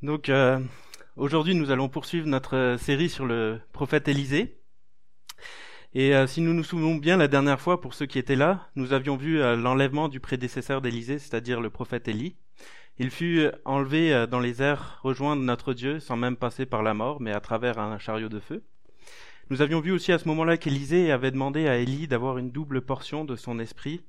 Donc aujourd'hui, nous allons poursuivre notre série sur le prophète Élisée. Et si nous nous souvenons bien, la dernière fois, pour ceux qui étaient là, nous avions vu l'enlèvement du prédécesseur d'Élisée, c'est-à-dire le prophète Élie. Il fut enlevé dans les airs, rejoindre notre Dieu, sans même passer par la mort, mais à travers un chariot de feu. Nous avions vu aussi à ce moment-là qu'Élisée avait demandé à Élie d'avoir une double portion de son esprit,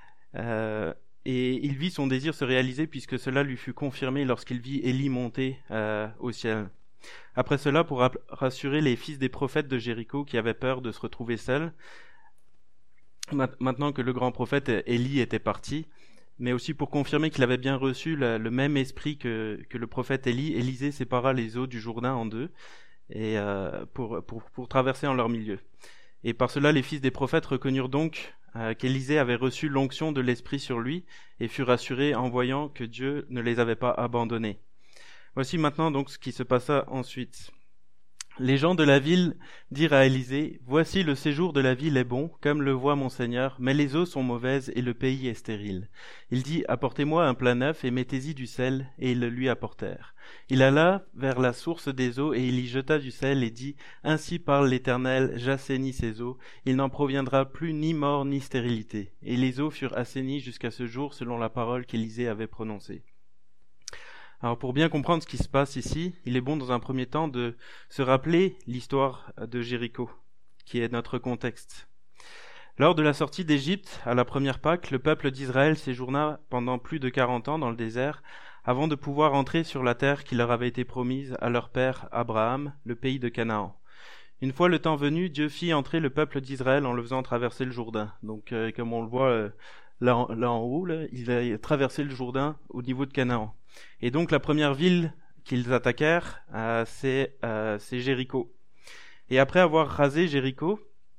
et il vit son désir se réaliser puisque cela lui fut confirmé lorsqu'il vit Élie monter au ciel. Après cela, pour rassurer les fils des prophètes de Jéricho qui avaient peur de se retrouver seuls, maintenant que le grand prophète Élie était parti, mais aussi pour confirmer qu'il avait bien reçu le même esprit que le prophète Élie, Élisée sépara les eaux du Jourdain en deux et pour traverser en leur milieu. Et par cela, les fils des prophètes reconnurent donc qu'Élisée avait reçu l'onction de l'esprit sur lui et furent rassurés en voyant que Dieu ne les avait pas abandonnés. Voici maintenant donc ce qui se passa ensuite. Les gens de la ville dirent à Élisée, « Voici le séjour de la ville est bon, comme le voit mon Seigneur, mais les eaux sont mauvaises et le pays est stérile. » Il dit, « Apportez-moi un plat neuf et mettez-y du sel. » Et ils le lui apportèrent. Il alla vers la source des eaux et il y jeta du sel et dit, « Ainsi parle l'Éternel, j'assainis ces eaux. Il n'en proviendra plus ni mort ni stérilité. » Et les eaux furent assainies jusqu'à ce jour selon la parole qu'Élisée avait prononcée. Alors pour bien comprendre ce qui se passe ici, il est bon dans un premier temps de se rappeler l'histoire de Jéricho, qui est notre contexte. Lors de la sortie d'Égypte, à la première Pâque, le peuple d'Israël séjourna pendant plus de 40 ans dans le désert, avant de pouvoir entrer sur la terre qui leur avait été promise à leur père Abraham, le pays de Canaan. Une fois le temps venu, Dieu fit entrer le peuple d'Israël en le faisant traverser le Jourdain. Donc comme on le voit là en haut, là, il a traversé le Jourdain au niveau de Canaan. Et donc la première ville qu'ils attaquèrent, c'est Jéricho. Et après avoir rasé Jéricho,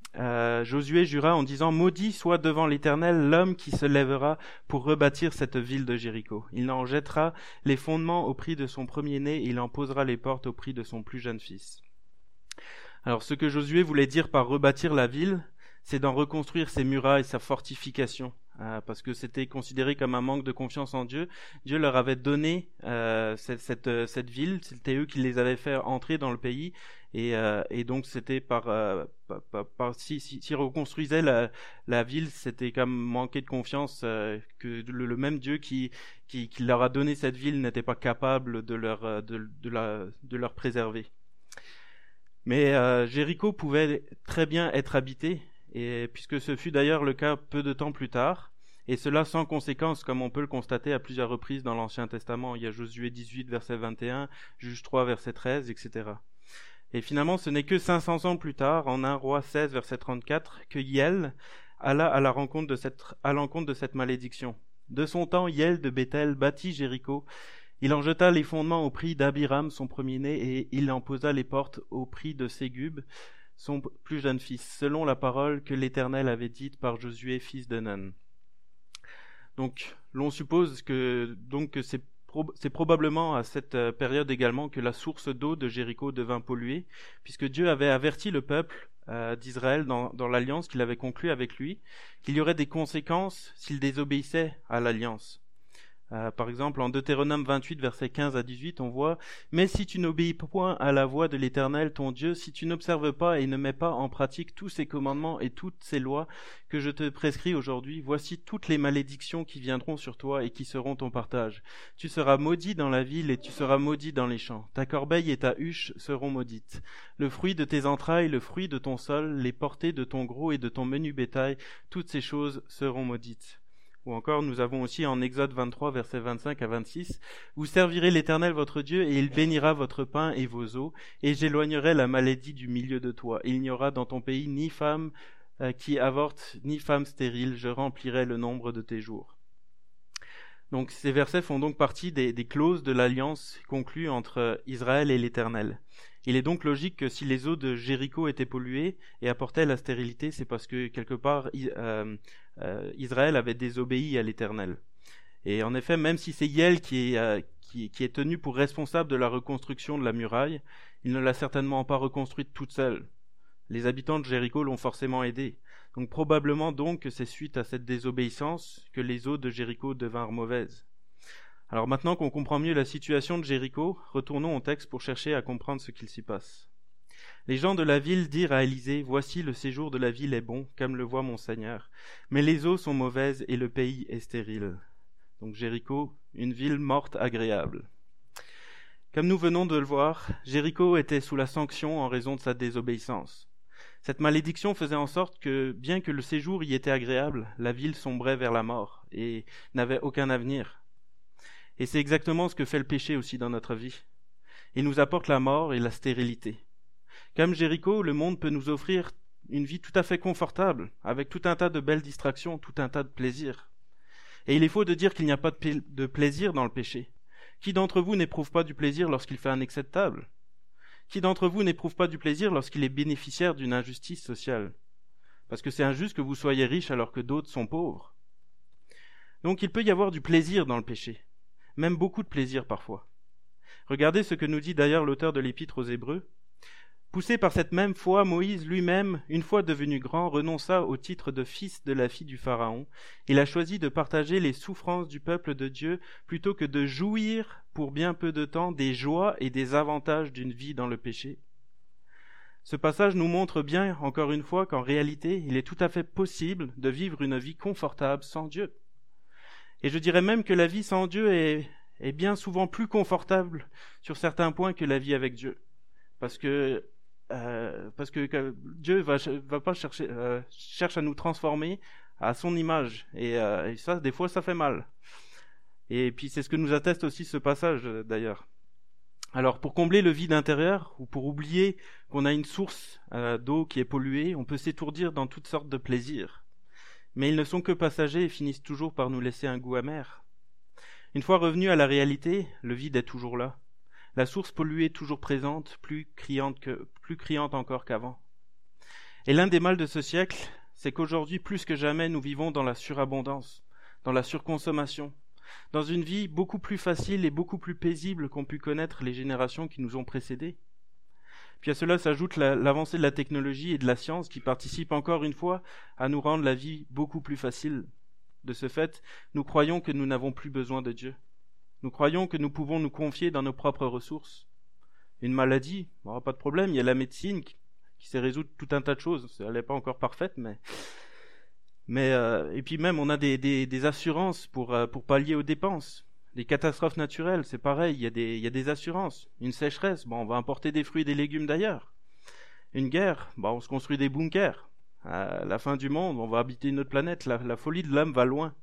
Josué jura en disant « Maudit soit devant l'Éternel l'homme qui se lèvera pour rebâtir cette ville de Jéricho. Il en jettera les fondements au prix de son premier-né et il en posera les portes au prix de son plus jeune fils. » Alors ce que Josué voulait dire par rebâtir la ville, c'est d'en reconstruire ses murailles, sa fortification. Parce que c'était considéré comme un manque de confiance en Dieu. Dieu leur avait donné cette ville, c'était eux qui les avaient fait entrer dans le pays, et donc c'était s'ils reconstruisaient la ville, c'était comme manquer de confiance que le même Dieu qui leur a donné cette ville n'était pas capable de leur préserver. Mais Jéricho pouvait très bien être habité, et puisque ce fut d'ailleurs le cas peu de temps plus tard, et cela sans conséquence, comme on peut le constater à plusieurs reprises dans l'Ancien Testament. Il y a Josué 18, verset 21, Juge 3, verset 13, etc. Et finalement, ce n'est que 500 ans plus tard, en 1 Roi 16, verset 34, que Hiel alla à l'encontre de cette malédiction. De son temps, Hiel de Béthel bâtit Jéricho. Il en jeta les fondements au prix d'Abiram, son premier-né, et il en posa les portes au prix de Ségub, son plus jeune fils, selon la parole que l'Éternel avait dite par Josué, fils de Nun. Donc, l'on suppose que c'est probablement à cette période également que la source d'eau de Jéricho devint polluée, puisque Dieu avait averti le peuple d'Israël dans l'alliance qu'il avait conclue avec lui, qu'il y aurait des conséquences s'il désobéissait à l'alliance. Par exemple, en Deutéronome 28, versets 15 à 18, on voit « Mais si tu n'obéis point à la voix de l'Éternel, ton Dieu, si tu n'observes pas et ne mets pas en pratique tous ses commandements et toutes ses lois que je te prescris aujourd'hui, voici toutes les malédictions qui viendront sur toi et qui seront ton partage. Tu seras maudit dans la ville et tu seras maudit dans les champs. Ta corbeille et ta huche seront maudites. Le fruit de tes entrailles, le fruit de ton sol, les portées de ton gros et de ton menu bétail, toutes ces choses seront maudites. » Ou encore, nous avons aussi en Exode 23, versets 25 à 26, « Vous servirez l'Éternel votre Dieu, et il bénira votre pain et vos eaux, et j'éloignerai la maladie du milieu de toi. Il n'y aura dans ton pays ni femme qui avorte, ni femme stérile, je remplirai le nombre de tes jours. » Donc ces versets font donc partie des clauses de l'alliance conclue entre Israël et l'Éternel. Il est donc logique que si les eaux de Jéricho étaient polluées et apportaient la stérilité, c'est parce que quelque part Israël avait désobéi à l'Éternel. Et en effet, même si c'est Hiel qui est tenu pour responsable de la reconstruction de la muraille, il ne l'a certainement pas reconstruite toute seule. Les habitants de Jéricho l'ont forcément aidé. Donc probablement donc que c'est suite à cette désobéissance que les eaux de Jéricho devinrent mauvaises. Alors maintenant qu'on comprend mieux la situation de Jéricho, retournons au texte pour chercher à comprendre ce qu'il s'y passe. Les gens de la ville dirent à Élisée, « Voici, le séjour de la ville est bon, comme le voit mon Seigneur, mais les eaux sont mauvaises et le pays est stérile. » Donc Jéricho, une ville morte agréable. Comme nous venons de le voir, Jéricho était sous la sanction en raison de sa désobéissance. Cette malédiction faisait en sorte que, bien que le séjour y était agréable, la ville sombrait vers la mort et n'avait aucun avenir. Et c'est exactement ce que fait le péché aussi dans notre vie. Il nous apporte la mort et la stérilité. Comme Jéricho, le monde peut nous offrir une vie tout à fait confortable, avec tout un tas de belles distractions, tout un tas de plaisirs. Et il est faux de dire qu'il n'y a pas de plaisir dans le péché. Qui d'entre vous n'éprouve pas du plaisir lorsqu'il fait un excès de table ? Qui d'entre vous n'éprouve pas du plaisir lorsqu'il est bénéficiaire d'une injustice sociale ? Parce que c'est injuste que vous soyez riche alors que d'autres sont pauvres. Donc il peut y avoir du plaisir dans le péché, même beaucoup de plaisir parfois. Regardez ce que nous dit d'ailleurs l'auteur de l'Épître aux Hébreux. Poussé par cette même foi, Moïse lui-même, une fois devenu grand, renonça au titre de fils de la fille du Pharaon. Il a choisi de partager les souffrances du peuple de Dieu plutôt que de jouir pour bien peu de temps des joies et des avantages d'une vie dans le péché. Ce passage nous montre bien, encore une fois, qu'en réalité, il est tout à fait possible de vivre une vie confortable sans Dieu. Et je dirais même que la vie sans Dieu est bien souvent plus confortable sur certains points que la vie avec Dieu. Parce que Dieu va pas cherche à nous transformer à son image et ça des fois ça fait mal. Et puis c'est ce que nous atteste aussi ce passage d'ailleurs. Alors pour combler le vide intérieur ou pour oublier qu'on a une source d'eau qui est polluée, on peut s'étourdir dans toutes sortes de plaisirs. Mais ils ne sont que passagers et finissent toujours par nous laisser un goût amer. Une fois revenu à la réalité, le vide est toujours là. La source polluée toujours présente, plus criante encore qu'avant. Et l'un des mals de ce siècle, c'est qu'aujourd'hui, plus que jamais, nous vivons dans la surabondance, dans la surconsommation, dans une vie beaucoup plus facile et beaucoup plus paisible qu'ont pu connaître les générations qui nous ont précédés. Puis à cela s'ajoute l'avancée de la technologie et de la science qui participent encore une fois à nous rendre la vie beaucoup plus facile. De ce fait, nous croyons que nous n'avons plus besoin de Dieu. Nous croyons que nous pouvons nous confier dans nos propres ressources. Une maladie, pas de problème, il y a la médecine qui sait résoudre tout un tas de choses. Elle n'est pas encore parfaite, mais et puis même on a des assurances pour pallier aux dépenses. Les catastrophes naturelles, c'est pareil, il y a des assurances. Une sécheresse, on va importer des fruits et des légumes d'ailleurs. Une guerre, on se construit des bunkers. À la fin du monde, on va habiter une autre planète. La folie de l'homme va loin.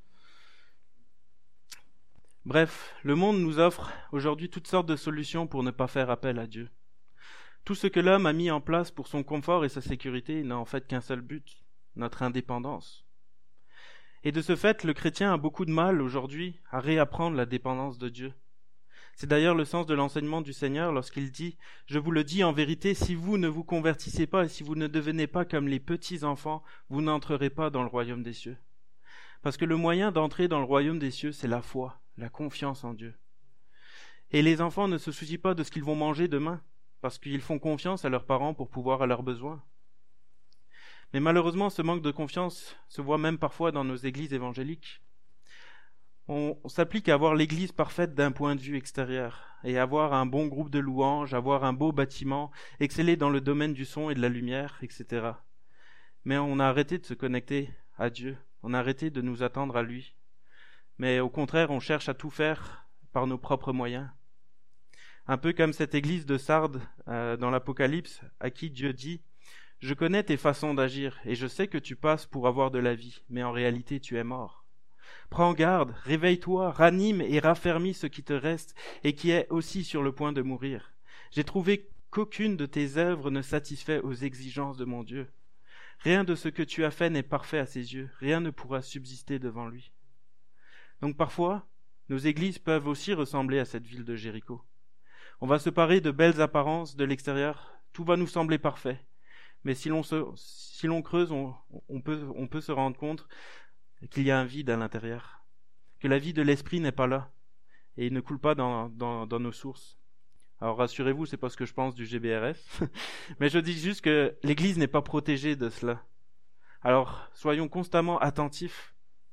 Bref, le monde nous offre aujourd'hui toutes sortes de solutions pour ne pas faire appel à Dieu. Tout ce que l'homme a mis en place pour son confort et sa sécurité n'a en fait qu'un seul but, notre indépendance. Et de ce fait, le chrétien a beaucoup de mal aujourd'hui à réapprendre la dépendance de Dieu. C'est d'ailleurs le sens de l'enseignement du Seigneur lorsqu'il dit « Je vous le dis en vérité, si vous ne vous convertissez pas et si vous ne devenez pas comme les petits enfants, vous n'entrerez pas dans le royaume des cieux. » Parce que le moyen d'entrer dans le royaume des cieux, c'est la foi, la confiance en Dieu. Et les enfants ne se soucient pas de ce qu'ils vont manger demain, parce qu'ils font confiance à leurs parents pour pouvoir à leurs besoins. Mais malheureusement, ce manque de confiance se voit même parfois dans nos églises évangéliques. On s'applique à avoir l'église parfaite d'un point de vue extérieur, et avoir un bon groupe de louanges, avoir un beau bâtiment, exceller dans le domaine du son et de la lumière, etc. Mais on a arrêté de se connecter à Dieu, on a arrêté de nous attendre à lui. Mais au contraire, on cherche à tout faire par nos propres moyens. Un peu comme cette église de Sardes dans l'Apocalypse, à qui Dieu dit « Je connais tes façons d'agir, et je sais que tu passes pour avoir de la vie, mais en réalité tu es mort. Prends garde, réveille-toi, ranime et raffermis ce qui te reste, et qui est aussi sur le point de mourir. J'ai trouvé qu'aucune de tes œuvres ne satisfait aux exigences de mon Dieu. Rien de ce que tu as fait n'est parfait à ses yeux, rien ne pourra subsister devant lui. » Donc parfois, nos églises peuvent aussi ressembler à cette ville de Jéricho. On va se parer de belles apparences de l'extérieur, tout va nous sembler parfait. Mais si l'on creuse, on peut se rendre compte qu'il y a un vide à l'intérieur, que la vie de l'esprit n'est pas là, et il ne coule pas dans nos sources. Alors rassurez-vous, c'est pas ce que je pense du GBRS, mais je dis juste que l'Église n'est pas protégée de cela. Alors soyons constamment attentifs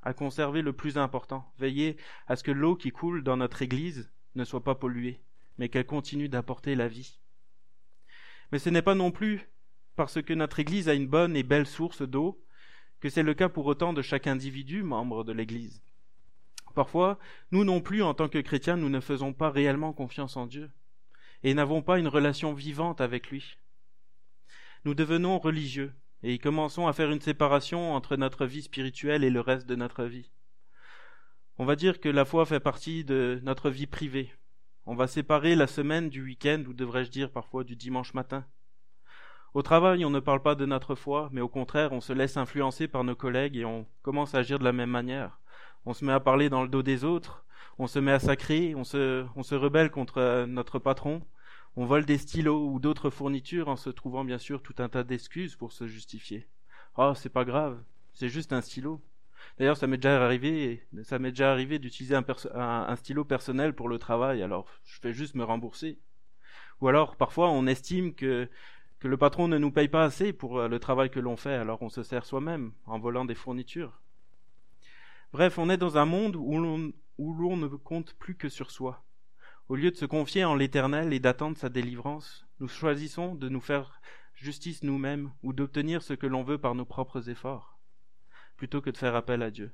à conserver le plus important, veiller à ce que l'eau qui coule dans notre Église ne soit pas polluée, mais qu'elle continue d'apporter la vie. Mais ce n'est pas non plus parce que notre Église a une bonne et belle source d'eau que c'est le cas pour autant de chaque individu membre de l'Église. Parfois, nous non plus, en tant que chrétiens, nous ne faisons pas réellement confiance en Dieu et n'avons pas une relation vivante avec lui. Nous devenons religieux et commençons à faire une séparation entre notre vie spirituelle et le reste de notre vie. On va dire que la foi fait partie de notre vie privée. On va séparer la semaine du week-end, ou devrais-je dire parfois du dimanche matin. Au travail, on ne parle pas de notre foi, mais au contraire, on se laisse influencer par nos collègues et on commence à agir de la même manière. On se met à parler dans le dos des autres, on se met à sacrer, on se rebelle contre notre patron, on vole des stylos ou d'autres fournitures en se trouvant bien sûr tout un tas d'excuses pour se justifier. « Oh, c'est pas grave, c'est juste un stylo. » D'ailleurs, ça m'est déjà arrivé d'utiliser un stylo personnel pour le travail, alors je vais juste me rembourser. Ou alors, parfois, on estime que le patron ne nous paye pas assez pour le travail que l'on fait, alors on se sert soi-même en volant des fournitures. Bref, on est dans un monde où l'on ne compte plus que sur soi. Au lieu de se confier en l'Éternel et d'attendre sa délivrance, nous choisissons de nous faire justice nous-mêmes ou d'obtenir ce que l'on veut par nos propres efforts, plutôt que de faire appel à Dieu.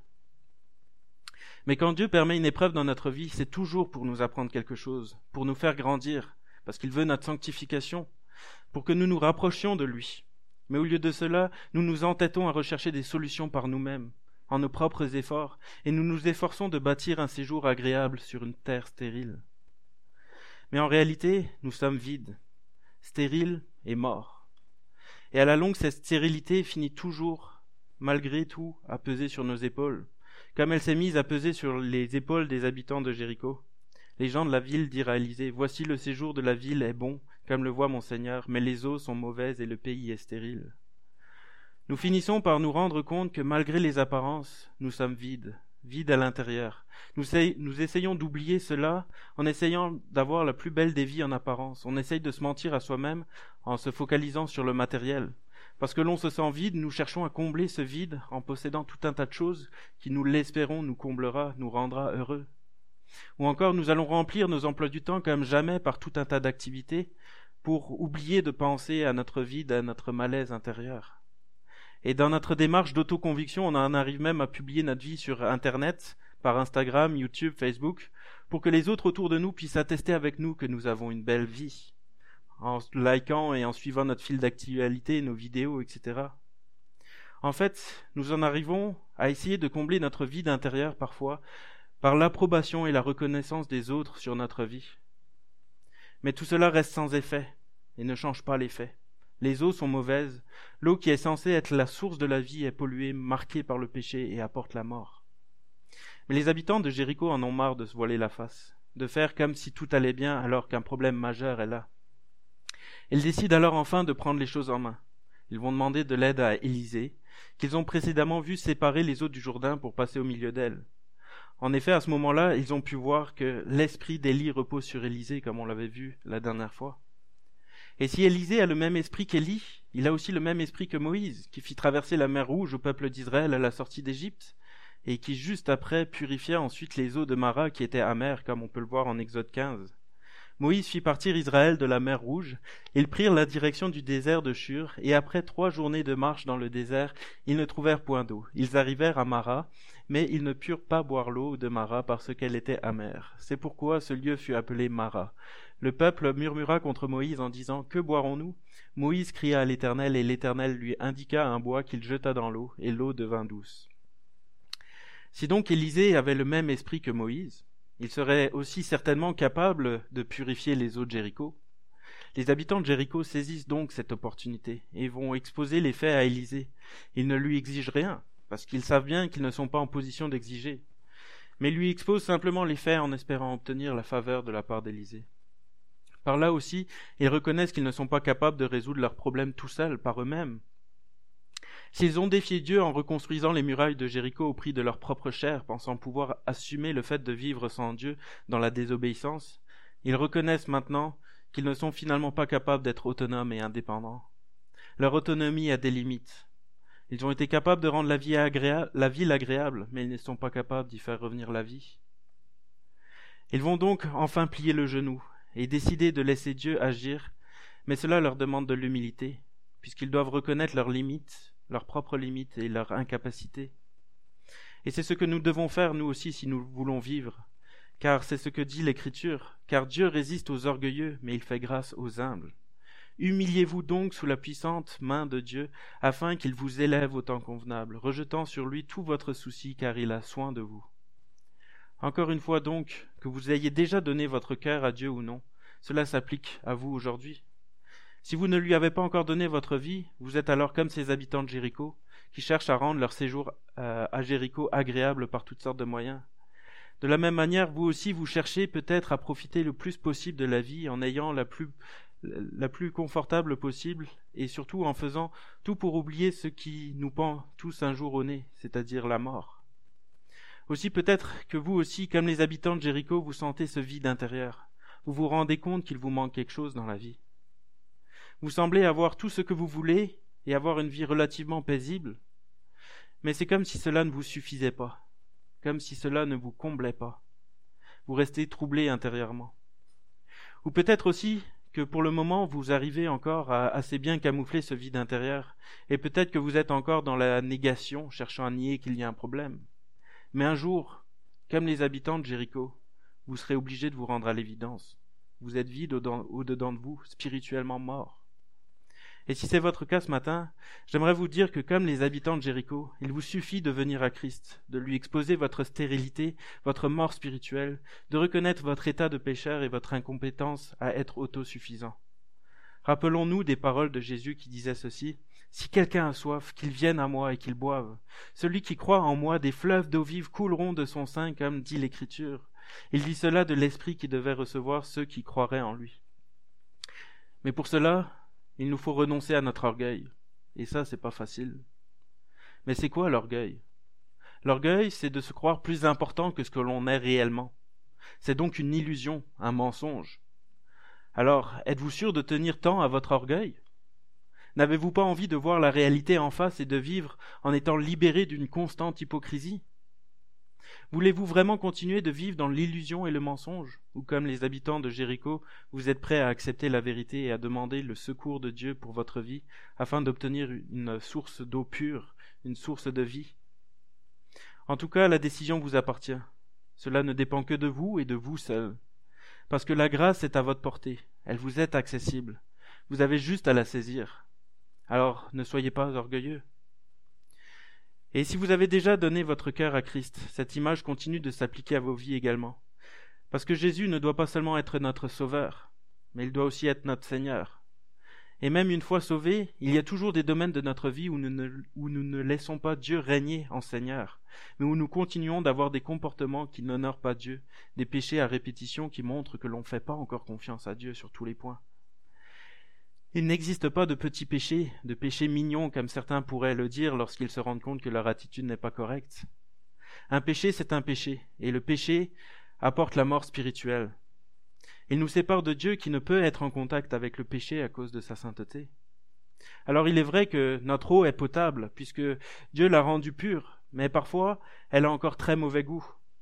Mais quand Dieu permet une épreuve dans notre vie, c'est toujours pour nous apprendre quelque chose, pour nous faire grandir, parce qu'il veut notre sanctification, pour que nous nous rapprochions de lui. Mais au lieu de cela, nous nous entêtons à rechercher des solutions par nous-mêmes, en nos propres efforts, et nous nous efforçons de bâtir un séjour agréable sur une terre stérile. Mais en réalité, nous sommes vides, stériles et morts. Et à la longue, cette stérilité finit toujours, malgré tout, à peser sur nos épaules, comme elle s'est mise à peser sur les épaules des habitants de Jéricho. Les gens de la ville dirent à Élisée, « Voici le séjour de la ville est bon, comme le voit mon Seigneur, mais les eaux sont mauvaises et le pays est stérile. » Nous finissons par nous rendre compte que malgré les apparences, nous sommes vides à l'intérieur. Nous essayons d'oublier cela en essayant d'avoir la plus belle des vies en apparence. On essaye de se mentir à soi-même en se focalisant sur le matériel. Parce que l'on se sent vide, nous cherchons à combler ce vide en possédant tout un tas de choses qui, nous l'espérons, nous comblera, nous rendra heureux. Ou encore, nous allons remplir nos emplois du temps comme jamais par tout un tas d'activités pour oublier de penser à notre vide, à notre malaise intérieur. Et dans notre démarche d'autoconviction, on en arrive même à publier notre vie sur Internet, par Instagram, YouTube, Facebook, pour que les autres autour de nous puissent attester avec nous que nous avons une belle vie, en likant et en suivant notre fil d'actualité, nos vidéos, etc. En fait, nous en arrivons à essayer de combler notre vide intérieur parfois par l'approbation et la reconnaissance des autres sur notre vie. Mais tout cela reste sans effet et ne change pas les faits. Les eaux sont mauvaises, l'eau qui est censée être la source de la vie est polluée, marquée par le péché et apporte la mort. Mais les habitants de Jéricho en ont marre de se voiler la face, de faire comme si tout allait bien alors qu'un problème majeur est là. Ils décident alors enfin de prendre les choses en main. Ils vont demander de l'aide à Élisée, qu'ils ont précédemment vu séparer les eaux du Jourdain pour passer au milieu d'elles. En effet, à ce moment-là, ils ont pu voir que l'esprit d'Élie repose sur Élisée, comme on l'avait vu la dernière fois. Et si Élisée a le même esprit qu'Élie, il a aussi le même esprit que Moïse, qui fit traverser la mer Rouge au peuple d'Israël à la sortie d'Égypte, et qui juste après purifia ensuite les eaux de Mara qui étaient amères, comme on peut le voir en Exode 15. Moïse fit partir Israël de la mer Rouge, ils prirent la direction du désert de Shur, et après 3 journées de marche dans le désert, ils ne trouvèrent point d'eau. Ils arrivèrent à Mara, mais ils ne purent pas boire l'eau de Mara parce qu'elle était amère. C'est pourquoi ce lieu fut appelé Mara. Le peuple murmura contre Moïse en disant « Que boirons-nous » Moïse cria à l'Éternel, et l'Éternel lui indiqua un bois qu'il jeta dans l'eau, et l'eau devint douce. Si donc Élisée avait le même esprit que Moïse, il serait aussi certainement capable de purifier les eaux de Jéricho. Les habitants de Jéricho saisissent donc cette opportunité et vont exposer les faits à Élisée. Ils ne lui exigent rien, parce qu'ils savent bien qu'ils ne sont pas en position d'exiger, mais lui exposent simplement les faits en espérant obtenir la faveur de la part d'Élisée. Par là aussi, ils reconnaissent qu'ils ne sont pas capables de résoudre leurs problèmes tout seuls, par eux-mêmes. S'ils ont défié Dieu en reconstruisant les murailles de Jéricho au prix de leur propre chair, pensant pouvoir assumer le fait de vivre sans Dieu dans la désobéissance, ils reconnaissent maintenant qu'ils ne sont finalement pas capables d'être autonomes et indépendants. Leur autonomie a des limites. Ils ont été capables de rendre la ville agréable, mais ils ne sont pas capables d'y faire revenir la vie. Ils vont donc enfin plier le genou et décider de laisser Dieu agir, mais cela leur demande de l'humilité, puisqu'ils doivent reconnaître leurs limites, leurs propres limites et leur incapacité. Et c'est ce que nous devons faire nous aussi si nous voulons vivre, car c'est ce que dit l'Écriture, car Dieu résiste aux orgueilleux, mais il fait grâce aux humbles. Humiliez-vous donc sous la puissante main de Dieu, afin qu'il vous élève au temps convenable, rejetant sur lui tout votre souci, car il a soin de vous. Encore une fois donc, que vous ayez déjà donné votre cœur à Dieu ou non, cela s'applique à vous aujourd'hui. Si vous ne lui avez pas encore donné votre vie, vous êtes alors comme ces habitants de Jéricho, qui cherchent à rendre leur séjour à Jéricho agréable par toutes sortes de moyens. De la même manière, vous aussi, vous cherchez peut-être à profiter le plus possible de la vie en ayant la plus confortable possible et surtout en faisant tout pour oublier ce qui nous pend tous un jour au nez, c'est-à-dire la mort. Aussi peut-être que vous aussi, comme les habitants de Jéricho, vous sentez ce vide intérieur. Vous vous rendez compte qu'il vous manque quelque chose dans la vie. Vous semblez avoir tout ce que vous voulez et avoir une vie relativement paisible, mais c'est comme si cela ne vous suffisait pas, comme si cela ne vous comblait pas. Vous restez troublé intérieurement. Ou peut-être aussi que pour le moment vous arrivez encore à assez bien camoufler ce vide intérieur, et peut-être que vous êtes encore dans la négation, cherchant à nier qu'il y a un problème. Mais un jour, comme les habitants de Jéricho, vous serez obligé de vous rendre à l'évidence. Vous êtes vide au-dedans de vous, spirituellement mort. Et si c'est votre cas ce matin, j'aimerais vous dire que comme les habitants de Jéricho, il vous suffit de venir à Christ, de lui exposer votre stérilité, votre mort spirituelle, de reconnaître votre état de pécheur et votre incompétence à être autosuffisant. Rappelons-nous des paroles de Jésus qui disait ceci: « Si quelqu'un a soif, qu'il vienne à moi et qu'il boive. Celui qui croit en moi, des fleuves d'eau vive couleront de son sein, comme dit l'Écriture. » Il dit cela de l'Esprit qui devait recevoir ceux qui croiraient en lui. Mais pour cela, il nous faut renoncer à notre orgueil. Et ça, c'est pas facile. Mais c'est quoi l'orgueil? L'orgueil, c'est de se croire plus important que ce que l'on est réellement. C'est donc une illusion, un mensonge. Alors, êtes-vous sûr de tenir tant à votre orgueil? N'avez-vous pas envie de voir la réalité en face et de vivre en étant libéré d'une constante hypocrisie? Voulez-vous vraiment continuer de vivre dans l'illusion et le mensonge? Ou comme les habitants de Jéricho, vous êtes prêts à accepter la vérité et à demander le secours de Dieu pour votre vie, afin d'obtenir une source d'eau pure, une source de vie? En tout cas, la décision vous appartient. Cela ne dépend que de vous et de vous seul. Parce que la grâce est à votre portée, elle vous est accessible. Vous avez juste à la saisir. Alors, ne soyez pas orgueilleux. Et si vous avez déjà donné votre cœur à Christ, cette image continue de s'appliquer à vos vies également. Parce que Jésus ne doit pas seulement être notre Sauveur, mais il doit aussi être notre Seigneur. Et même une fois sauvés, il y a toujours des domaines de notre vie où nous ne laissons pas Dieu régner en Seigneur, mais où nous continuons d'avoir des comportements qui n'honorent pas Dieu, des péchés à répétition qui montrent que l'on ne fait pas encore confiance à Dieu sur tous les points. Il n'existe pas de petits péchés, de péchés mignons comme certains pourraient le dire lorsqu'ils se rendent compte que leur attitude n'est pas correcte. Un péché, c'est un péché, et le péché apporte la mort spirituelle. Il nous sépare de Dieu qui ne peut être en contact avec le péché à cause de sa sainteté. Alors il est vrai que notre eau est potable, puisque Dieu l'a rendue pure, mais parfois elle a encore très mauvais goût.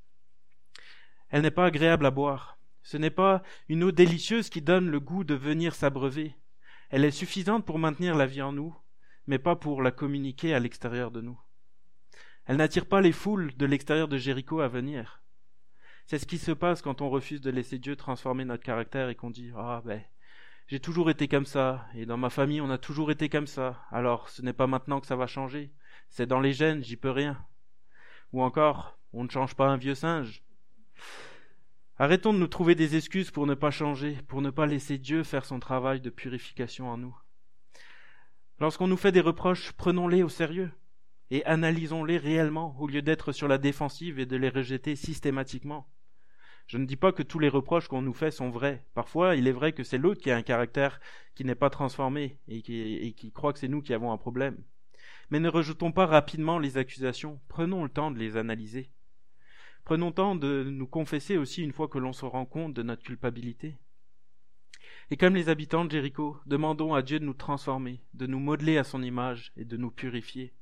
Elle n'est pas agréable à boire. Ce n'est pas une eau délicieuse qui donne le goût de venir s'abreuver. Elle est suffisante pour maintenir la vie en nous, mais pas pour la communiquer à l'extérieur de nous. Elle n'attire pas les foules de l'extérieur de Jéricho à venir. C'est ce qui se passe quand on refuse de laisser Dieu transformer notre caractère et qu'on dit « Ah j'ai toujours été comme ça, et dans ma famille on a toujours été comme ça, alors ce n'est pas maintenant que ça va changer, c'est dans les gènes, j'y peux rien. » Ou encore « On ne change pas un vieux singe. » Arrêtons de nous trouver des excuses pour ne pas changer, pour ne pas laisser Dieu faire son travail de purification en nous. Lorsqu'on nous fait des reproches, prenons-les au sérieux et analysons-les réellement au lieu d'être sur la défensive et de les rejeter systématiquement. Je ne dis pas que tous les reproches qu'on nous fait sont vrais. Parfois, il est vrai que c'est l'autre qui a un caractère qui n'est pas transformé et qui croit que c'est nous qui avons un problème. Mais ne rejetons pas rapidement les accusations, prenons le temps de les analyser. Prenons le temps de nous confesser aussi une fois que l'on se rend compte de notre culpabilité. Et comme les habitants de Jéricho, demandons à Dieu de nous transformer, de nous modeler à son image et de nous purifier.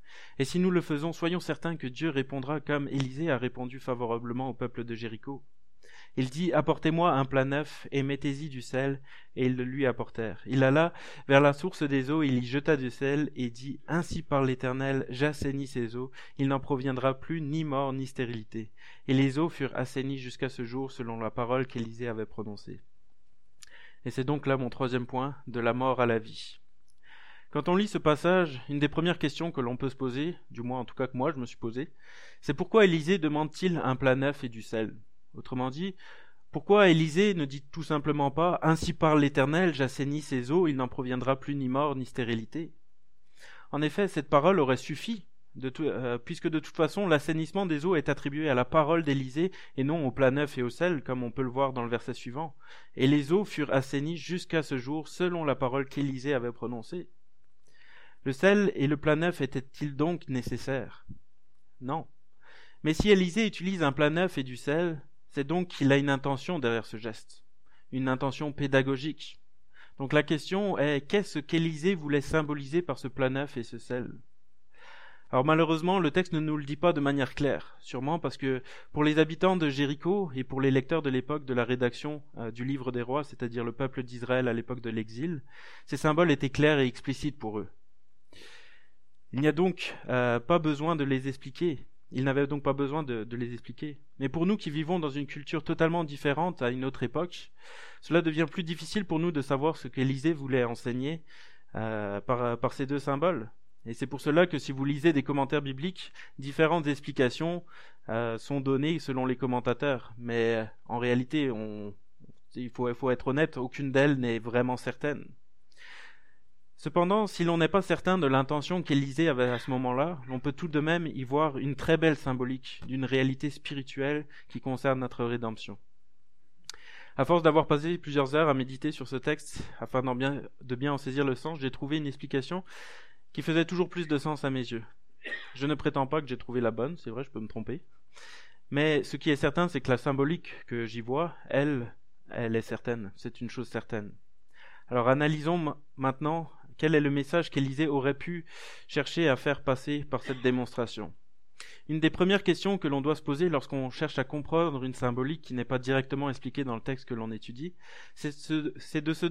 Et si nous le faisons, soyons certains que Dieu répondra comme Élisée a répondu favorablement au peuple de Jéricho. Il dit « Apportez-moi un plat neuf et mettez-y du sel. » Et ils le lui apportèrent. Il alla vers la source des eaux, il y jeta du sel et dit « Ainsi parle l'Éternel, j'assainis ces eaux. Il n'en proviendra plus ni mort ni stérilité. » Et les eaux furent assainies jusqu'à ce jour selon la parole qu'Élisée avait prononcée. Et c'est donc là mon troisième point, de la mort à la vie. Quand on lit ce passage, une des premières questions que l'on peut se poser, du moins en tout cas que moi je me suis posé, c'est pourquoi Élisée demande-t-il un plat neuf et du sel ? Autrement dit, pourquoi Élisée ne dit tout simplement pas « Ainsi parle l'Éternel, j'assainis ces eaux, il n'en proviendra plus ni mort ni stérilité ». En effet, cette parole aurait suffi, puisque de toute façon l'assainissement des eaux est attribué à la parole d'Élisée et non au plat neuf et au sel, comme on peut le voir dans le verset suivant. Et les eaux furent assainies jusqu'à ce jour selon la parole qu'Élisée avait prononcée. Le sel et le plat neuf étaient-ils donc nécessaires ? Non. Mais si Élisée utilise un plat neuf et du sel, c'est donc qu'il a une intention derrière ce geste, une intention pédagogique. Donc la question est, qu'est-ce qu'Élisée voulait symboliser par ce plat neuf et ce sel ? Alors malheureusement, le texte ne nous le dit pas de manière claire, sûrement parce que pour les habitants de Jéricho et pour les lecteurs de l'époque de la rédaction du livre des rois, c'est-à-dire le peuple d'Israël à l'époque de l'exil, ces symboles étaient clairs et explicites pour eux. Il n'y a donc pas besoin de les expliquer. Il n'avait donc pas besoin de les expliquer. Mais pour nous qui vivons dans une culture totalement différente à une autre époque, cela devient plus difficile pour nous de savoir ce qu'Élisée voulait enseigner par ces deux symboles. Et c'est pour cela que si vous lisez des commentaires bibliques, différentes explications sont données selon les commentateurs. Mais en réalité, il faut être honnête, aucune d'elles n'est vraiment certaine. Cependant, si l'on n'est pas certain de l'intention qu'Élisée avait à ce moment-là, l'on peut tout de même y voir une très belle symbolique d'une réalité spirituelle qui concerne notre rédemption. À force d'avoir passé plusieurs heures à méditer sur ce texte, afin de bien en saisir le sens, j'ai trouvé une explication qui faisait toujours plus de sens à mes yeux. Je ne prétends pas que j'ai trouvé la bonne, c'est vrai, je peux me tromper. Mais ce qui est certain, c'est que la symbolique que j'y vois, elle est certaine, c'est une chose certaine. Alors analysons maintenant quel est le message qu'Élisée aurait pu chercher à faire passer par cette démonstration. Une des premières questions que l'on doit se poser lorsqu'on cherche à comprendre une symbolique qui n'est pas directement expliquée dans le texte que l'on étudie, c'est de se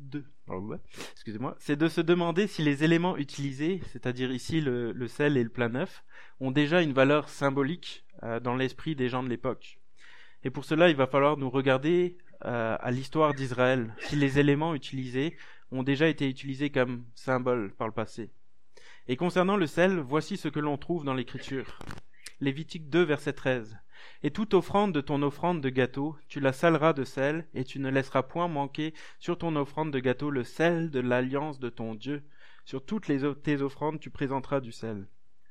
demander si les éléments utilisés, c'est-à-dire ici le sel et le plat neuf, ont déjà une valeur symbolique dans l'esprit des gens de l'époque. Et pour cela, il va falloir nous regarder à l'histoire d'Israël, si les éléments utilisés ont déjà été utilisés comme symboles par le passé. Et concernant le sel, voici ce que l'on trouve dans l'Écriture. Lévitique 2, verset 13. « Et toute offrande de ton offrande de gâteau, tu la saleras de sel, et tu ne laisseras point manquer sur ton offrande de gâteau le sel de l'alliance de ton Dieu. Sur toutes tes offrandes, tu présenteras du sel. »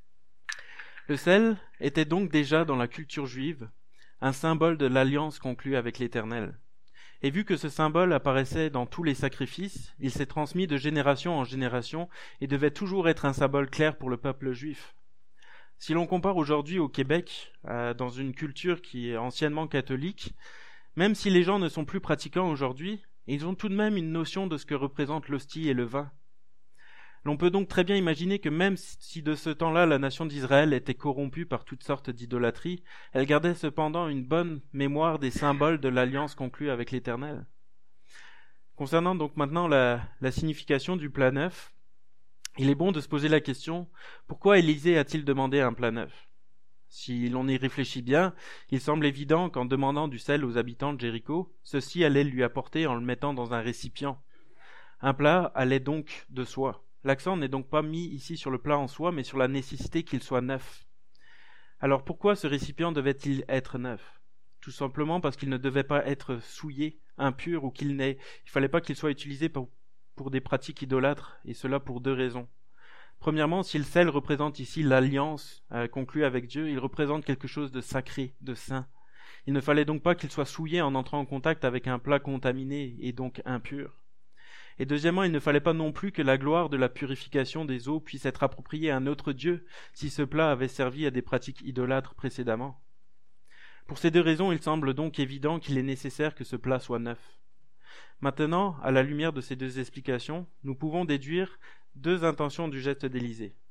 Le sel était donc déjà dans la culture juive un symbole de l'alliance conclue avec l'Éternel. Et vu que ce symbole apparaissait dans tous les sacrifices, il s'est transmis de génération en génération et devait toujours être un symbole clair pour le peuple juif. Si l'on compare aujourd'hui au Québec, dans une culture qui est anciennement catholique, même si les gens ne sont plus pratiquants aujourd'hui, ils ont tout de même une notion de ce que représentent l'hostie et le vin. L'on peut donc très bien imaginer que même si de ce temps-là la nation d'Israël était corrompue par toutes sortes d'idolâtries, elle gardait cependant une bonne mémoire des symboles de l'alliance conclue avec l'Éternel. Concernant donc maintenant la signification du plat neuf, il est bon de se poser la question, pourquoi Élisée a-t-il demandé un plat neuf ? Si l'on y réfléchit bien, il semble évident qu'en demandant du sel aux habitants de Jéricho, ceux-ci allaient lui apporter en le mettant dans un récipient. Un plat allait donc de soi. L'accent n'est donc pas mis ici sur le plat en soi, mais sur la nécessité qu'il soit neuf. Alors pourquoi ce récipient devait-il être neuf ? Tout simplement parce qu'il ne devait pas être souillé, impur, ou il fallait pas qu'il soit utilisé pour des pratiques idolâtres, et cela pour deux raisons. Premièrement, si le sel représente ici l'alliance conclue avec Dieu, il représente quelque chose de sacré, de saint. Il ne fallait donc pas qu'il soit souillé en entrant en contact avec un plat contaminé et donc impur. Et deuxièmement, il ne fallait pas non plus que la gloire de la purification des eaux puisse être appropriée à un autre Dieu si ce plat avait servi à des pratiques idolâtres précédemment. Pour ces deux raisons, il semble donc évident qu'il est nécessaire que ce plat soit neuf. Maintenant, à la lumière de ces deux explications, nous pouvons déduire deux intentions du geste d'Élisée.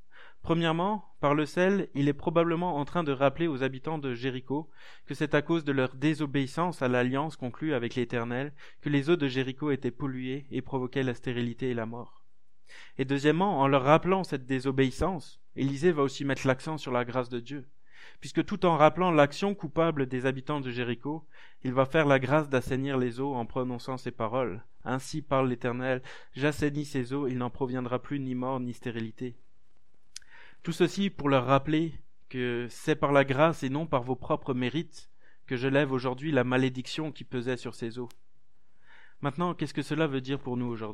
Premièrement, par le sel, il est probablement en train de rappeler aux habitants de Jéricho que c'est à cause de leur désobéissance à l'alliance conclue avec l'Éternel que les eaux de Jéricho étaient polluées et provoquaient la stérilité et la mort. Et deuxièmement, en leur rappelant cette désobéissance, Élisée va aussi mettre l'accent sur la grâce de Dieu, puisque tout en rappelant l'action coupable des habitants de Jéricho, il va faire la grâce d'assainir les eaux en prononçant ces paroles. Ainsi parle l'Éternel, j'assainis ces eaux, il n'en proviendra plus ni mort ni stérilité. Tout ceci pour leur rappeler que c'est par la grâce et non par vos propres mérites que je lève aujourd'hui la malédiction qui pesait sur ces eaux. Maintenant, qu'est-ce que cela veut dire pour nous aujourd'hui ?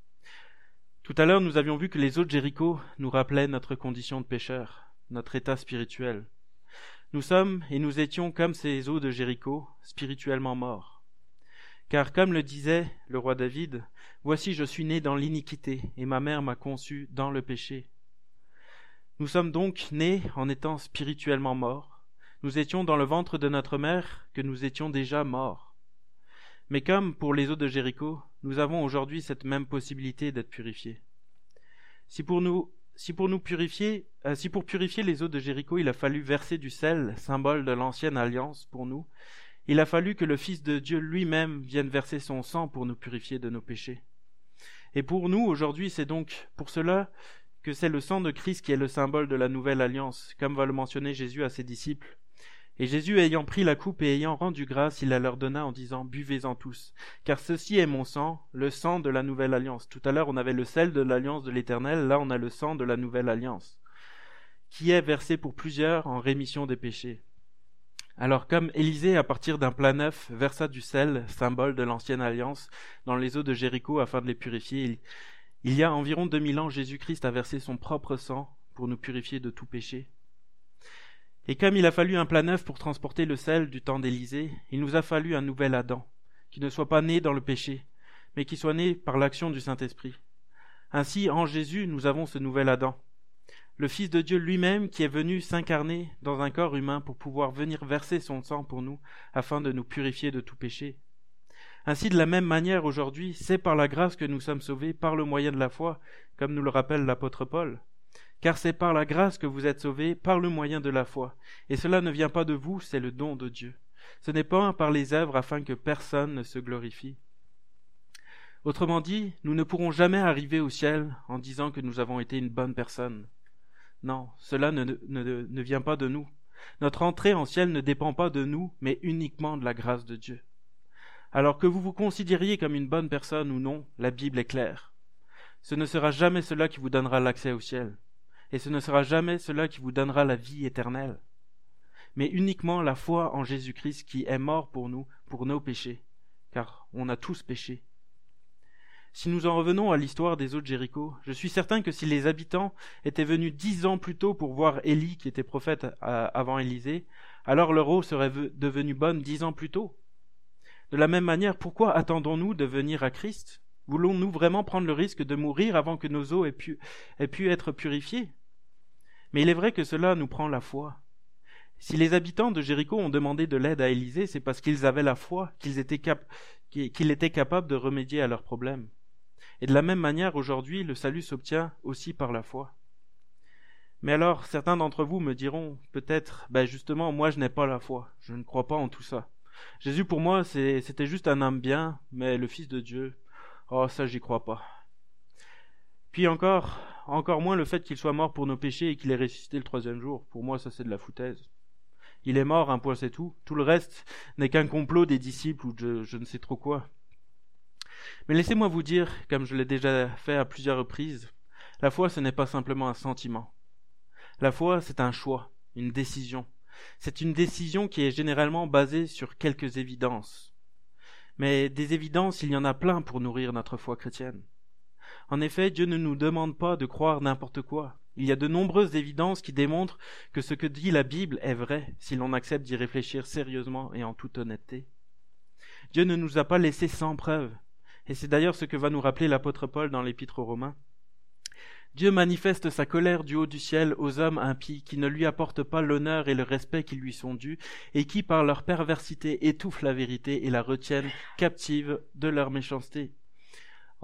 Tout à l'heure, nous avions vu que les eaux de Jéricho nous rappelaient notre condition de pécheur, notre état spirituel. Nous sommes et nous étions comme ces eaux de Jéricho, spirituellement morts. Car comme le disait le roi David, « Voici, je suis né dans l'iniquité, et ma mère m'a conçu dans le péché. » Nous sommes donc nés en étant spirituellement morts. Nous étions dans le ventre de notre mère que nous étions déjà morts. Mais comme pour les eaux de Jéricho, nous avons aujourd'hui cette même possibilité d'être purifiés. Si pour purifier les eaux de Jéricho, il a fallu verser du sel, symbole de l'ancienne alliance pour nous, il a fallu que le Fils de Dieu lui-même vienne verser son sang pour nous purifier de nos péchés. Et pour nous, aujourd'hui, c'est donc pour cela que c'est le sang de Christ qui est le symbole de la nouvelle alliance, comme va le mentionner Jésus à ses disciples. Et Jésus, ayant pris la coupe et ayant rendu grâce, il la leur donna en disant « Buvez-en tous, car ceci est mon sang, le sang de la nouvelle alliance. » Tout à l'heure, on avait le sel de l'alliance de l'Éternel, là on a le sang de la nouvelle alliance, qui est versé pour plusieurs en rémission des péchés. Alors comme Élisée, à partir d'un plat neuf, versa du sel, symbole de l'ancienne alliance, dans les eaux de Jéricho afin de les purifier, il y a environ 2000 ans, Jésus-Christ a versé son propre sang pour nous purifier de tout péché. Et comme il a fallu un plat neuf pour transporter le sel du temps d'Élisée, il nous a fallu un nouvel Adam, qui ne soit pas né dans le péché, mais qui soit né par l'action du Saint-Esprit. Ainsi, en Jésus, nous avons ce nouvel Adam, le Fils de Dieu lui-même qui est venu s'incarner dans un corps humain pour pouvoir venir verser son sang pour nous, afin de nous purifier de tout péché. Ainsi, de la même manière, aujourd'hui, c'est par la grâce que nous sommes sauvés par le moyen de la foi, comme nous le rappelle l'apôtre Paul. Car c'est par la grâce que vous êtes sauvés par le moyen de la foi. Et cela ne vient pas de vous, c'est le don de Dieu. Ce n'est pas par les œuvres afin que personne ne se glorifie. Autrement dit, nous ne pourrons jamais arriver au ciel en disant que nous avons été une bonne personne. Non, cela ne vient pas de nous. Notre entrée en ciel ne dépend pas de nous, mais uniquement de la grâce de Dieu. Alors que vous vous considériez comme une bonne personne ou non, la Bible est claire. Ce ne sera jamais cela qui vous donnera l'accès au ciel. Et ce ne sera jamais cela qui vous donnera la vie éternelle. Mais uniquement la foi en Jésus-Christ qui est mort pour nous, pour nos péchés. Car on a tous péché. Si nous en revenons à l'histoire des eaux de Jéricho, je suis certain que si les habitants étaient venus 10 ans plus tôt pour voir Élie qui était prophète avant Élisée, alors leur eau serait devenue bonne 10 ans plus tôt. De la même manière, pourquoi attendons-nous de venir à Christ ? Voulons-nous vraiment prendre le risque de mourir avant que nos eaux aient pu être purifiées ? Mais il est vrai que cela nous prend la foi. Si les habitants de Jéricho ont demandé de l'aide à Élisée, c'est parce qu'ils avaient la foi, qu'il était capable de remédier à leurs problèmes. Et de la même manière, aujourd'hui, le salut s'obtient aussi par la foi. Mais alors, certains d'entre vous me diront peut-être, justement, moi je n'ai pas la foi, je ne crois pas en tout ça. Jésus pour moi c'était juste un homme bien, mais le Fils de Dieu, oh ça j'y crois pas. Puis encore moins le fait qu'il soit mort pour nos péchés et qu'il ait ressuscité le 3e jour, pour moi ça c'est de la foutaise. Il est mort, un point c'est tout, tout le reste n'est qu'un complot des disciples ou je ne sais trop quoi. Mais laissez-moi vous dire, comme je l'ai déjà fait à plusieurs reprises, la foi ce n'est pas simplement un sentiment. La foi c'est un choix, une décision. C'est une décision qui est généralement basée sur quelques évidences. Mais des évidences, il y en a plein pour nourrir notre foi chrétienne. En effet, Dieu ne nous demande pas de croire n'importe quoi. Il y a de nombreuses évidences qui démontrent que ce que dit la Bible est vrai, si l'on accepte d'y réfléchir sérieusement et en toute honnêteté. Dieu ne nous a pas laissés sans preuve. Et c'est d'ailleurs ce que va nous rappeler l'apôtre Paul dans l'Épître aux Romains. Dieu manifeste sa colère du haut du ciel aux hommes impies qui ne lui apportent pas l'honneur et le respect qui lui sont dus et qui, par leur perversité, étouffent la vérité et la retiennent captive de leur méchanceté.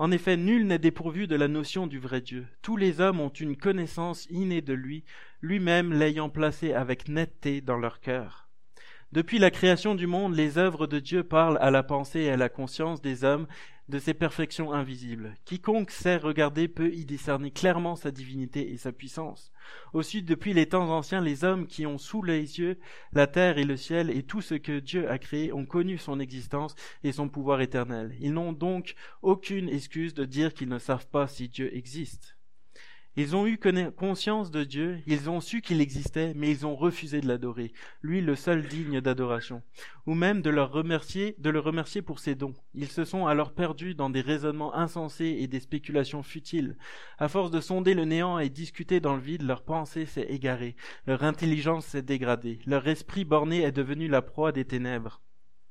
En effet, nul n'est dépourvu de la notion du vrai Dieu. Tous les hommes ont une connaissance innée de lui, lui-même l'ayant placé avec netteté dans leur cœur. Depuis la création du monde, les œuvres de Dieu parlent à la pensée et à la conscience des hommes de ses perfections invisibles. Quiconque sait regarder peut y discerner clairement sa divinité et sa puissance. Aussi, depuis les temps anciens, les hommes qui ont sous les yeux la terre et le ciel et tout ce que Dieu a créé ont connu son existence et son pouvoir éternel. Ils n'ont donc aucune excuse de dire qu'ils ne savent pas si Dieu existe. Ils ont eu conscience de Dieu, ils ont su qu'il existait, mais ils ont refusé de l'adorer, lui le seul digne d'adoration, ou même de le remercier pour ses dons. Ils se sont alors perdus dans des raisonnements insensés et des spéculations futiles. À force de sonder le néant et discuter dans le vide, leur pensée s'est égarée, leur intelligence s'est dégradée, leur esprit borné est devenu la proie des ténèbres.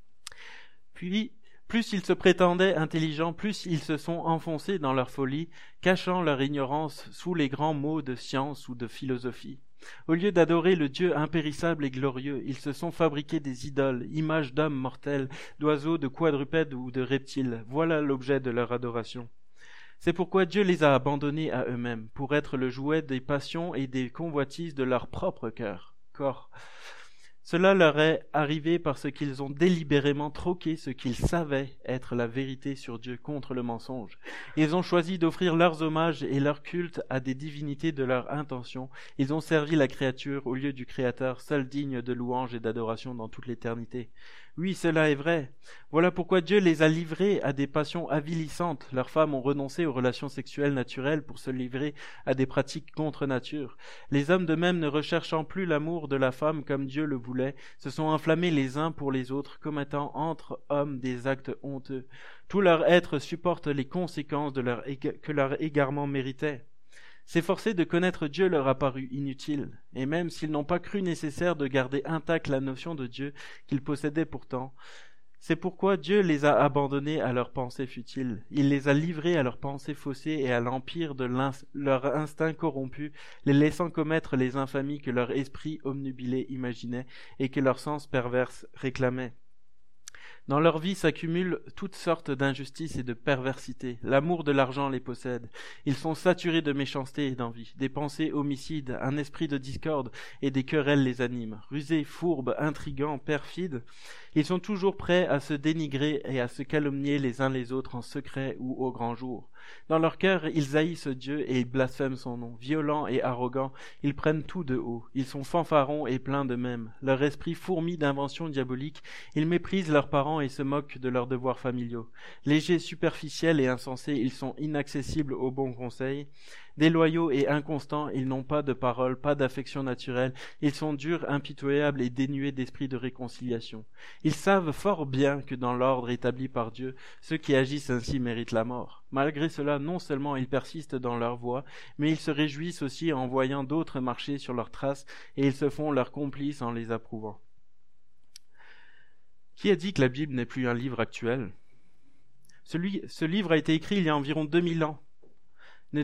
Puis, plus ils se prétendaient intelligents, plus ils se sont enfoncés dans leur folie, cachant leur ignorance sous les grands mots de science ou de philosophie. Au lieu d'adorer le Dieu impérissable et glorieux, ils se sont fabriqués des idoles, images d'hommes mortels, d'oiseaux, de quadrupèdes ou de reptiles. Voilà l'objet de leur adoration. C'est pourquoi Dieu les a abandonnés à eux-mêmes, pour être le jouet des passions et des convoitises de leur propre corps. Cela leur est arrivé parce qu'ils ont délibérément troqué ce qu'ils savaient être la vérité sur Dieu contre le mensonge. Ils ont choisi d'offrir leurs hommages et leur culte à des divinités de leur intention. Ils ont servi la créature au lieu du Créateur, seul digne de louange et d'adoration dans toute l'éternité. Oui, cela est vrai. Voilà pourquoi Dieu les a livrés à des passions avilissantes. Leurs femmes ont renoncé aux relations sexuelles naturelles pour se livrer à des pratiques contre nature. Les hommes de même, ne recherchant plus l'amour de la femme comme Dieu le voulait, se sont inflammés les uns pour les autres, commettant entre hommes des actes honteux. Tout leur être supporte les conséquences que leur égarement méritait. S'efforcer de connaître Dieu leur a paru inutile, et même s'ils n'ont pas cru nécessaire de garder intacte la notion de Dieu qu'ils possédaient pourtant, c'est pourquoi Dieu les a abandonnés à leurs pensées futiles. Il les a livrés à leurs pensées faussées et à l'empire de leur instinct corrompu, les laissant commettre les infamies que leur esprit omnubilé imaginait et que leur sens perverse réclamait. Dans leur vie s'accumulent toutes sortes d'injustices et de perversités. L'amour de l'argent les possède. Ils sont saturés de méchanceté et d'envie. Des pensées homicides, un esprit de discorde et des querelles les animent. Rusés, fourbes, intrigants, perfides, ils sont toujours prêts à se dénigrer et à se calomnier les uns les autres en secret ou au grand jour. Dans leur cœur, ils haïssent Dieu et ils blasphèment son nom. Violents et arrogants, ils prennent tout de haut. Ils sont fanfarons et pleins d'eux-mêmes. Leur esprit fourmille d'inventions diaboliques. Ils méprisent leurs parents et se moquent de leurs devoirs familiaux. Légers, superficiels et insensés, ils sont inaccessibles aux bons conseils. Déloyaux et inconstants, ils n'ont pas de parole, pas d'affection naturelle. Ils sont durs, impitoyables et dénués d'esprit de réconciliation. Ils savent fort bien que dans l'ordre établi par Dieu, ceux qui agissent ainsi méritent la mort. Malgré cela, non seulement ils persistent dans leur voie, mais ils se réjouissent aussi en voyant d'autres marcher sur leurs traces, et ils se font leurs complices en les approuvant. Qui a dit que la Bible n'est plus un livre actuel ? Ce livre a été écrit il y a environ 2000 ans. Ne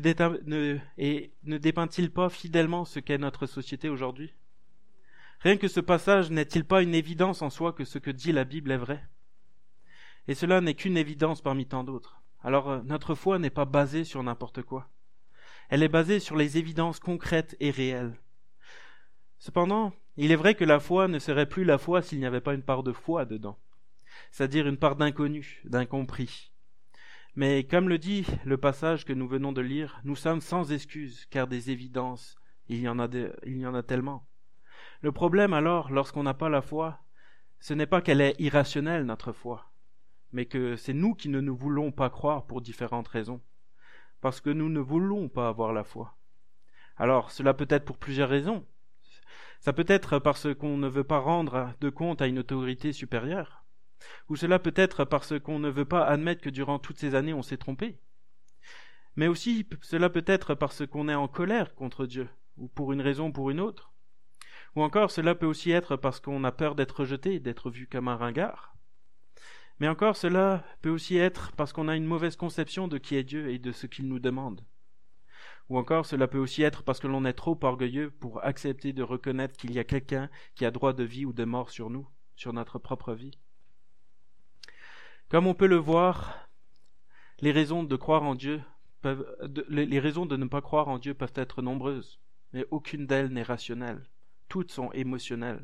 dépeint-il pas fidèlement ce qu'est notre société aujourd'hui ? Rien que ce passage n'est-il pas une évidence en soi que ce que dit la Bible est vrai ? Et cela n'est qu'une évidence parmi tant d'autres. Alors notre foi n'est pas basée sur n'importe quoi. Elle est basée sur les évidences concrètes et réelles. Cependant, il est vrai que la foi ne serait plus la foi s'il n'y avait pas une part de foi dedans, c'est-à-dire une part d'inconnu, d'incompris. Mais comme le dit le passage que nous venons de lire, nous sommes sans excuse, car des évidences, il y en a tellement. Le problème alors, lorsqu'on n'a pas la foi, ce n'est pas qu'elle est irrationnelle, notre foi, mais que c'est nous qui ne nous voulons pas croire pour différentes raisons, parce que nous ne voulons pas avoir la foi. Alors, cela peut être pour plusieurs raisons. Ça peut être parce qu'on ne veut pas rendre de compte à une autorité supérieure, ou cela peut être parce qu'on ne veut pas admettre que durant toutes ces années on s'est trompé. Mais aussi cela peut être parce qu'on est en colère contre Dieu, ou pour une raison ou pour une autre. Ou encore cela peut aussi être parce qu'on a peur d'être rejeté, d'être vu comme un ringard. Mais encore cela peut aussi être parce qu'on a une mauvaise conception de qui est Dieu et de ce qu'il nous demande. Ou encore cela peut aussi être parce que l'on est trop orgueilleux pour accepter de reconnaître qu'il y a quelqu'un qui a droit de vie ou de mort sur nous, sur notre propre vie. Comme on peut le voir, Les raisons de croire en Dieu les raisons de ne pas croire en Dieu peuvent être nombreuses, mais aucune d'elles n'est rationnelle. Toutes sont émotionnelles.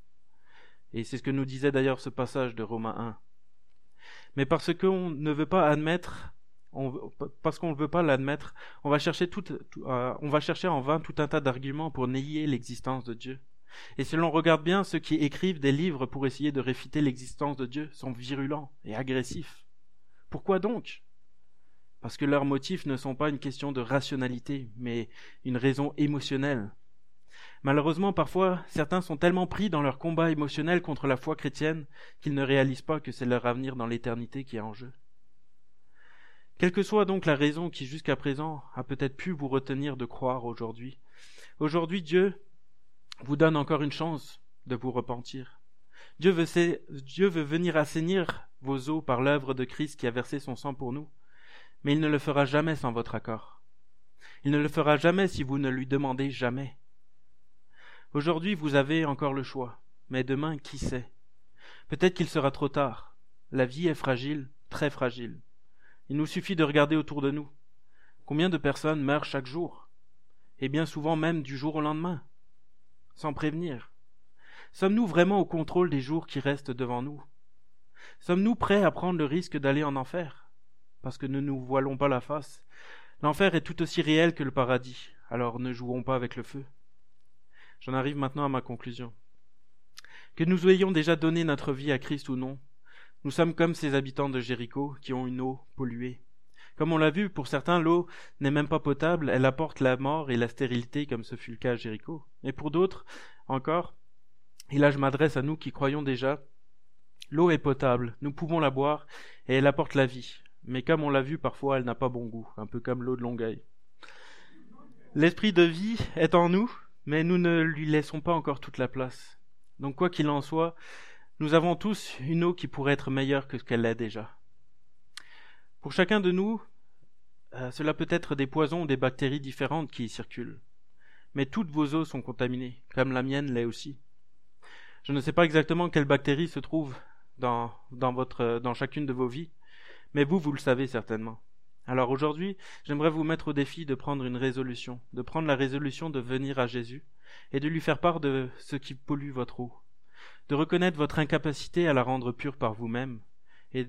Et c'est ce que nous disait d'ailleurs ce passage de Romains 1. Mais parce qu'on ne veut pas admettre, parce qu'on ne veut pas l'admettre, on va chercher en vain tout un tas d'arguments pour nier l'existence de Dieu. Et si l'on regarde bien, ceux qui écrivent des livres pour essayer de réfuter l'existence de Dieu sont virulents et agressifs. Pourquoi donc ? Parce que leurs motifs ne sont pas une question de rationalité, mais une raison émotionnelle. Malheureusement, parfois, certains sont tellement pris dans leur combat émotionnel contre la foi chrétienne qu'ils ne réalisent pas que c'est leur avenir dans l'éternité qui est en jeu. Quelle que soit donc la raison qui jusqu'à présent a peut-être pu vous retenir de croire aujourd'hui, Dieu vous donne encore une chance de vous repentir. Dieu veut venir assainir vos os par l'œuvre de Christ qui a versé son sang pour nous, mais il ne le fera jamais sans votre accord. Il ne le fera jamais si vous ne lui demandez jamais. Aujourd'hui, vous avez encore le choix, mais demain, qui sait ? Peut-être qu'il sera trop tard. La vie est fragile, très fragile. Il nous suffit de regarder autour de nous. Combien de personnes meurent chaque jour ? Et bien souvent même du jour au lendemain, sans prévenir. Sommes-nous vraiment au contrôle des jours qui restent devant nous ? Sommes-nous prêts à prendre le risque d'aller en enfer ? Parce que ne nous voilons pas la face. L'enfer est tout aussi réel que le paradis, alors ne jouons pas avec le feu. J'en arrive maintenant à ma conclusion. Que nous ayons déjà donné notre vie à Christ ou non, nous sommes comme ces habitants de Jéricho qui ont une eau polluée. Comme on l'a vu, pour certains, l'eau n'est même pas potable, elle apporte la mort et la stérilité, comme ce fut le cas à Jéricho. Et pour d'autres, encore, et là je m'adresse à nous qui croyons déjà, l'eau est potable, nous pouvons la boire, et elle apporte la vie. Mais comme on l'a vu, parfois, elle n'a pas bon goût, un peu comme l'eau de Longueuil. L'esprit de vie est en nous, mais nous ne lui laissons pas encore toute la place. Donc quoi qu'il en soit, nous avons tous une eau qui pourrait être meilleure que ce qu'elle est déjà. Pour chacun de nous, cela peut être des poisons ou des bactéries différentes qui y circulent. Mais toutes vos eaux sont contaminées, comme la mienne l'est aussi. Je ne sais pas exactement quelles bactéries se trouvent dans chacune de vos vies, mais vous le savez certainement. Alors aujourd'hui, j'aimerais vous mettre au défi de prendre une résolution, de prendre la résolution de venir à Jésus et de lui faire part de ce qui pollue votre eau, de reconnaître votre incapacité à la rendre pure par vous-même et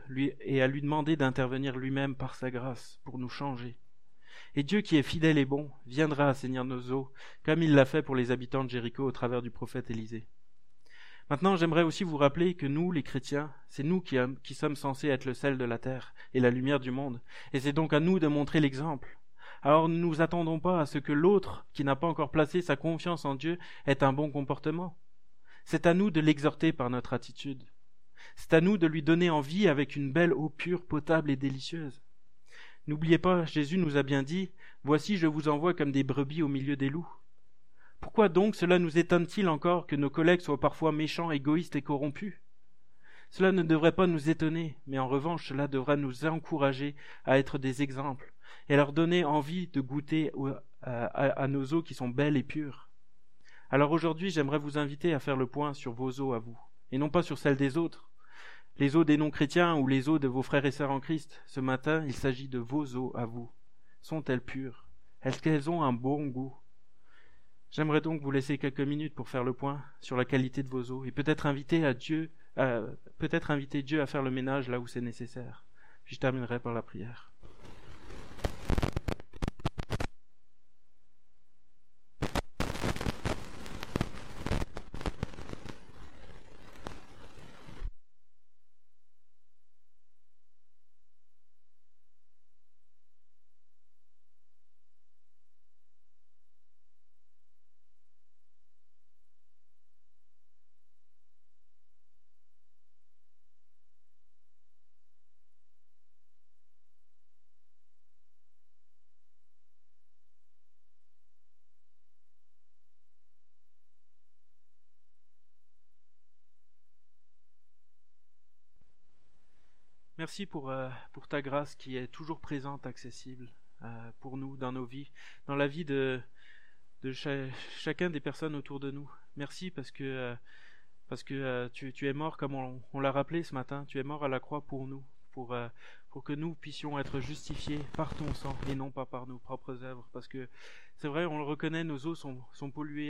à lui demander d'intervenir lui-même par sa grâce pour nous changer. Et Dieu qui est fidèle et bon viendra assainir nos eaux, comme il l'a fait pour les habitants de Jéricho au travers du prophète Élisée. Maintenant, j'aimerais aussi vous rappeler que nous, les chrétiens, c'est nous qui sommes censés être le sel de la terre et la lumière du monde. Et c'est donc à nous de montrer l'exemple. Alors ne nous attendons pas à ce que l'autre, qui n'a pas encore placé sa confiance en Dieu, ait un bon comportement. C'est à nous de l'exhorter par notre attitude. C'est à nous de lui donner envie avec une belle eau pure, potable et délicieuse. N'oubliez pas, Jésus nous a bien dit « Voici, je vous envoie comme des brebis au milieu des loups ». Pourquoi donc cela nous étonne-t-il encore que nos collègues soient parfois méchants, égoïstes et corrompus ? Cela ne devrait pas nous étonner, mais en revanche, cela devra nous encourager à être des exemples et à leur donner envie de goûter à nos eaux qui sont belles et pures. Alors aujourd'hui, j'aimerais vous inviter à faire le point sur vos eaux à vous, et non pas sur celles des autres. Les eaux des non-chrétiens ou les eaux de vos frères et sœurs en Christ. Ce matin, il s'agit de vos eaux à vous. Sont-elles pures ? Est-ce qu'elles ont un bon goût ? J'aimerais donc vous laisser quelques minutes pour faire le point sur la qualité de vos eaux et peut-être inviter Dieu à faire le ménage là où c'est nécessaire. Puis je terminerai par la prière. Merci pour ta grâce qui est toujours présente, accessible pour nous dans nos vies, dans la vie de chacun des personnes autour de nous. Merci parce que tu es mort comme on l'a rappelé ce matin. Tu es mort à la croix pour nous, pour pour que nous puissions être justifiés par ton sang et non pas par nos propres œuvres. Parce que c'est vrai, on le reconnaît, nos eaux sont polluées,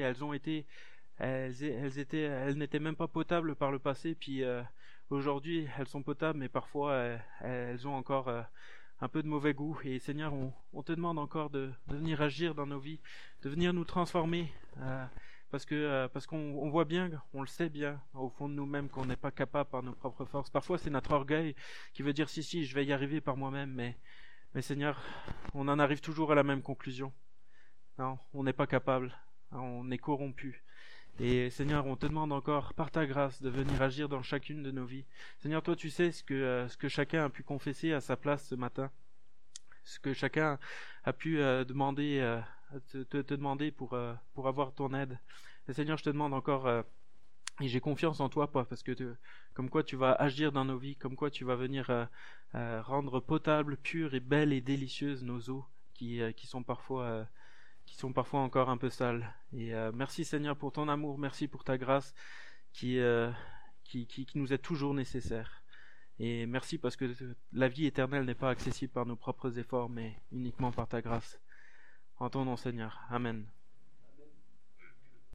elles n'étaient même pas potables par le passé, puis aujourd'hui elles sont potables, mais parfois elles ont encore un peu de mauvais goût. Et Seigneur, on te demande encore de venir agir dans nos vies, de venir nous transformer, parce qu'on voit bien, on le sait bien au fond de nous-mêmes qu'on n'est pas capable par nos propres forces. Parfois c'est notre orgueil qui veut dire si je vais y arriver par moi-même, mais Seigneur, on en arrive toujours à la même conclusion. Non, on n'est pas capable, on est corrompu. Et Seigneur, on te demande encore, par ta grâce, de venir agir dans chacune de nos vies. Seigneur, toi tu sais ce que chacun a pu confesser à sa place ce matin, ce que chacun a pu demander, te demander pour avoir ton aide. Et Seigneur, je te demande encore, et j'ai confiance en toi, parce que comme quoi tu vas agir dans nos vies, comme quoi tu vas venir rendre potable, pure et belle et délicieuse nos eaux qui sont parfois encore un peu sales. Et merci Seigneur pour ton amour, merci pour ta grâce qui nous est toujours nécessaire. Et merci parce que la vie éternelle n'est pas accessible par nos propres efforts, mais uniquement par ta grâce. En ton nom Seigneur. Amen.